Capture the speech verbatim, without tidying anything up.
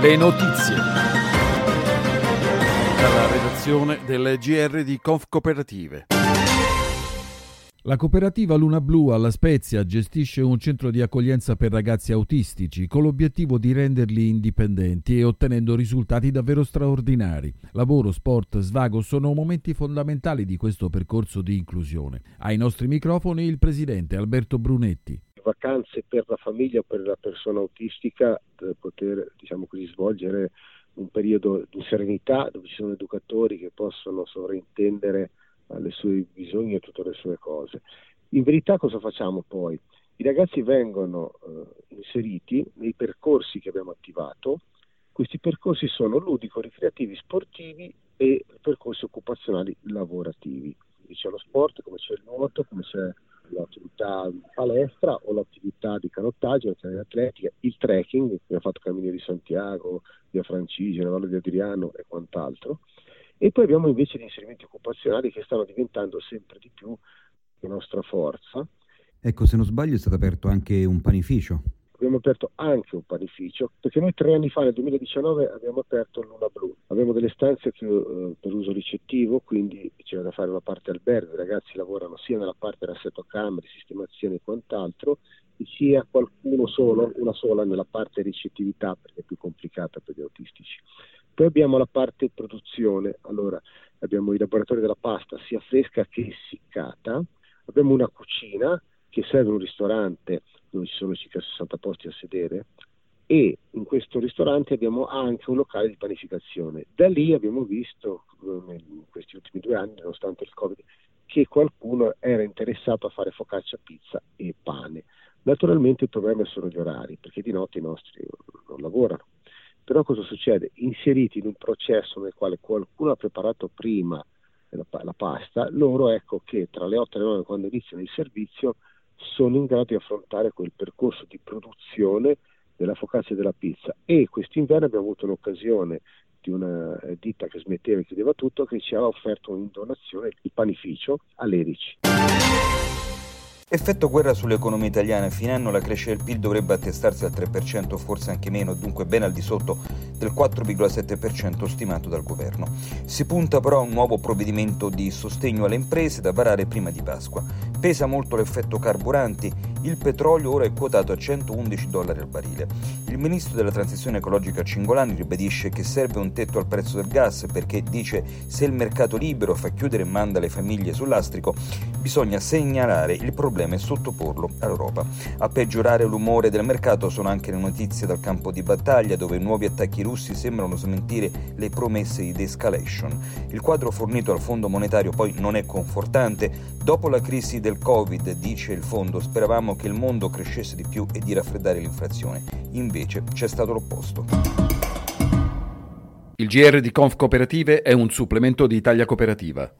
Le notizie dalla redazione del G R di Confcooperative. La cooperativa Luna Blu alla Spezia gestisce un centro di accoglienza per ragazzi autistici con l'obiettivo di renderli indipendenti e ottenendo risultati davvero straordinari. Lavoro, sport, svago sono momenti fondamentali di questo percorso di inclusione. Ai nostri microfoni il presidente Alberto Brunetti. Vacanze per la famiglia o per la persona autistica, per poter, diciamo così, svolgere un periodo di serenità dove ci sono educatori che possono sovrintendere alle sue bisogni e tutte le sue cose. In verità cosa facciamo poi? I ragazzi vengono eh, inseriti nei percorsi che abbiamo attivato. Questi percorsi sono ludico-ricreativi, sportivi e percorsi occupazionali lavorativi. Quindi c'è lo sport, come c'è il nuoto, come c'è l'attività di palestra o l'attività di canottaggio, l'attività atletica, il trekking, abbiamo fatto Cammino di Santiago, via Francigena, Valle di Adriano e quant'altro. E poi abbiamo invece gli inserimenti occupazionali che stanno diventando sempre di più la nostra forza. Ecco, se non sbaglio è stato aperto anche un panificio. Abbiamo aperto anche un panificio, perché noi tre anni fa, nel duemiladiciannove, abbiamo aperto Luna Blu. Abbiamo delle stanze che, eh, per uso ricettivo, quindi c'era da fare una parte albergo, i ragazzi lavorano sia nella parte dell'assetto camere, sistemazione e quant'altro, e sia qualcuno solo, una sola nella parte ricettività, perché è più complicata per gli autistici. Poi abbiamo la parte produzione, allora abbiamo i laboratori della pasta sia fresca che essiccata, abbiamo una cucina che serve un ristorante dove ci sono circa sessanta posti a sedere e in questo ristorante abbiamo anche un locale di panificazione. Da lì abbiamo visto in questi ultimi due anni, nonostante il Covid, che qualcuno era interessato a fare focaccia, pizza e pane. Naturalmente il problema sono gli orari, perché di notte i nostri non lavorano. Però cosa succede? Inseriti in un processo nel quale qualcuno ha preparato prima la, la pasta, loro ecco che tra le otto e le nove quando iniziano il servizio sono in grado di affrontare quel percorso di produzione della focaccia e della pizza. E quest'inverno abbiamo avuto l'occasione di una ditta che smetteva e chiudeva tutto, che ci ha offerto in donazione il panificio all'Erici. Effetto guerra sull'economia italiana. A fine anno la crescita del P I L dovrebbe attestarsi al tre per cento, forse anche meno, dunque ben al di sotto del quattro virgola sette per cento stimato dal governo. Si punta però a un nuovo provvedimento di sostegno alle imprese da varare prima di Pasqua. Pesa molto l'effetto carburanti, il petrolio ora è quotato a centoundici dollari al barile. Il ministro della transizione ecologica Cingolani ribadisce che serve un tetto al prezzo del gas perché dice se il mercato libero fa chiudere e manda le famiglie sul lastrico, bisogna segnalare il problema e sottoporlo all'Europa. A peggiorare l'umore del mercato sono anche le notizie dal campo di battaglia, dove nuovi attacchi russi sembrano smentire le promesse di de-escalation. Il quadro fornito dal Fondo Monetario poi non è confortante. Dopo la crisi del Covid, dice il fondo, speravamo che il mondo crescesse di più e di raffreddare l'inflazione. Invece c'è stato l'opposto. Il G R di Confcooperative è un supplemento di Italia Cooperativa.